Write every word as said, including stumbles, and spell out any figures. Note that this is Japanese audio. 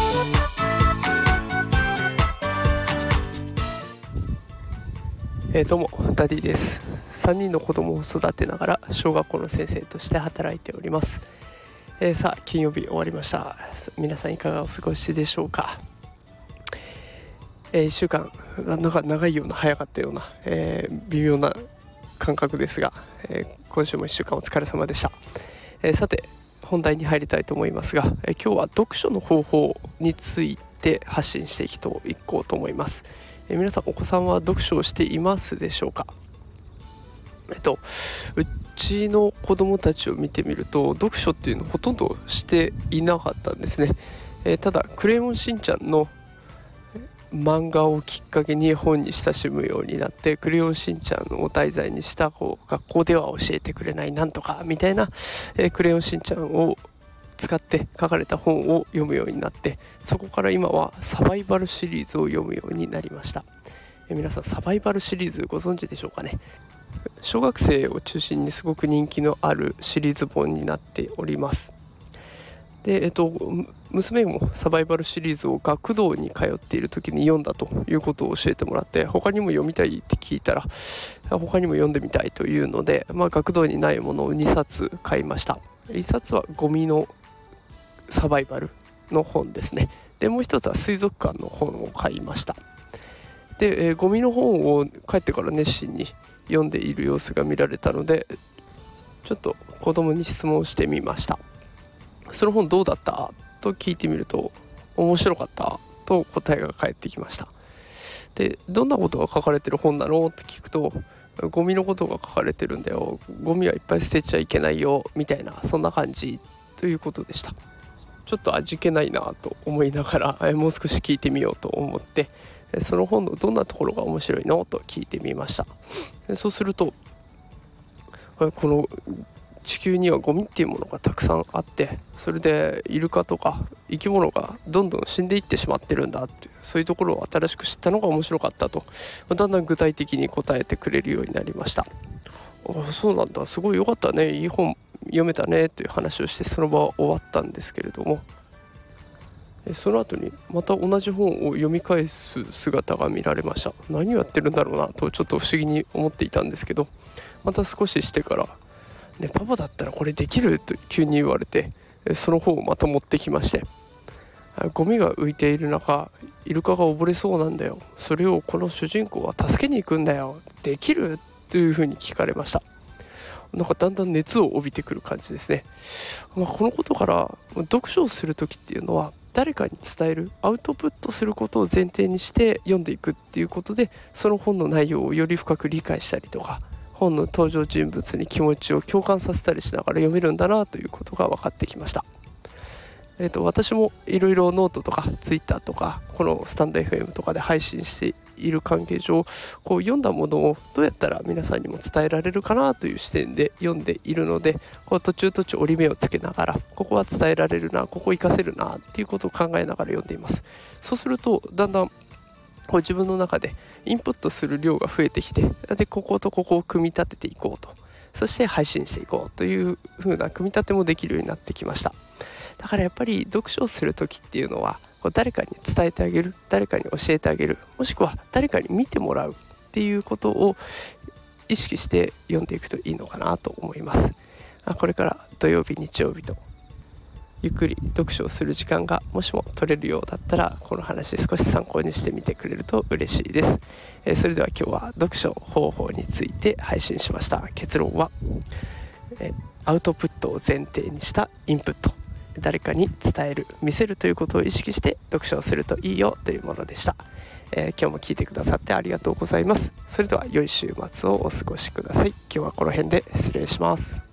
えー、どうもダディです。さんにんの子供を育てながら小学校の先生として働いております。えー、さあ金曜日終わりました。皆さんいかがお過ごしでしょうか。えー、いっしゅうかんなんか長いような早かったような、えー、微妙な感覚ですが、えー、今週もいっしゅうかんお疲れ様でした。えー、さて本題に入りたいと思いますが、えー、今日は読書の方法について発信していこうと思います。えー、皆さんお子さんは読書をしていますでしょうか。えっとうちの子供たちを見てみると読書っていうのをほとんどしていなかったんですね。えー、ただクレヨンしんちゃんの漫画をきっかけに本に親しむようになって、クレヨンしんちゃんを題材にしたこう学校では教えてくれないなんとかみたいな、えー、クレヨンしんちゃんを使って書かれた本を読むようになって、そこから今はサバイバルシリーズを読むようになりました。えー、皆さんサバイバルシリーズご存知でしょうかね。小学生を中心にすごく人気のあるシリーズ本になっております。で、えっと、娘もサバイバルシリーズを学童に通っている時に読んだということを教えてもらって、他にも読みたいって聞いたら他にも読んでみたいというので、まあ、学童にないものをにさつ買いました。いっさつはゴミのサバイバルの本ですね。でもう一つは水族館の本を買いました。で、えー、ゴミの本を帰ってから熱心に読んでいる様子が見られたので、ちょっと子供に質問してみました。その本どうだったと聞いてみると、面白かったと答えが返ってきました。で、どんなことが書かれてる本なのって聞くと、ゴミのことが書かれてるんだよ、ゴミはいっぱい捨てちゃいけないよみたいな、そんな感じということでした。ちょっと味気ないなと思いながら、もう少し聞いてみようと思って、その本のどんなところが面白いのと聞いてみました。そうすると、この地球にはゴミっていうものがたくさんあって、それでイルカとか生き物がどんどん死んでいってしまってるんだっていう、そういうところを新しく知ったのが面白かったと、だんだん具体的に答えてくれるようになりました。あ、そうなんだ、すごい良かったね、いい本読めたねという話をして、その場は終わったんですけれども、その後にまた同じ本を読み返す姿が見られました。何をやってるんだろうなとちょっと不思議に思っていたんですけど、また少ししてからね、パパだったらこれできると急に言われて、その本をまた持ってきまして、ゴミが浮いている中、イルカが溺れそうなんだよ、それをこの主人公は助けに行くんだよ、できるというふうに聞かれました。なんかだんだん熱を帯びてくる感じですね。まあ、このことから読書をする時っていうのは誰かに伝える、アウトプットすることを前提にして読んでいくっていうことで、その本の内容をより深く理解したりとか、本の登場人物に気持ちを共感させたりしながら読めるんだなということが分かってきました。えーと、私もいろいろノートとかツイッターとかこのスタンド エフエム とかで配信している関係上、こう読んだものをどうやったら皆さんにも伝えられるかなという視点で読んでいるので、こう途中途中折り目をつけながら、ここは伝えられるな、ここ活かせるなっていうことを考えながら読んでいます。そうするとだんだんこう自分の中でインプットする量が増えてきて、でこことここを組み立てていこうと、そして配信していこうという風な組み立てもできるようになってきました。だからやっぱり読書をする時っていうのは、こう誰かに伝えてあげる、誰かに教えてあげる、もしくは誰かに見てもらうっていうことを意識して読んでいくといいのかなと思います。これから土曜日日曜日とゆっくり読書をする時間がもしも取れるようだったら、この話少し参考にしてみてくれると嬉しいです。えー、それでは今日は読書方法について配信しました。結論は、えー、アウトプットを前提にしたインプット、誰かに伝える、見せるということを意識して読書をするといいよというものでした。えー、今日も聞いてくださってありがとうございます。それでは良い週末をお過ごしください。今日はこの辺で失礼します。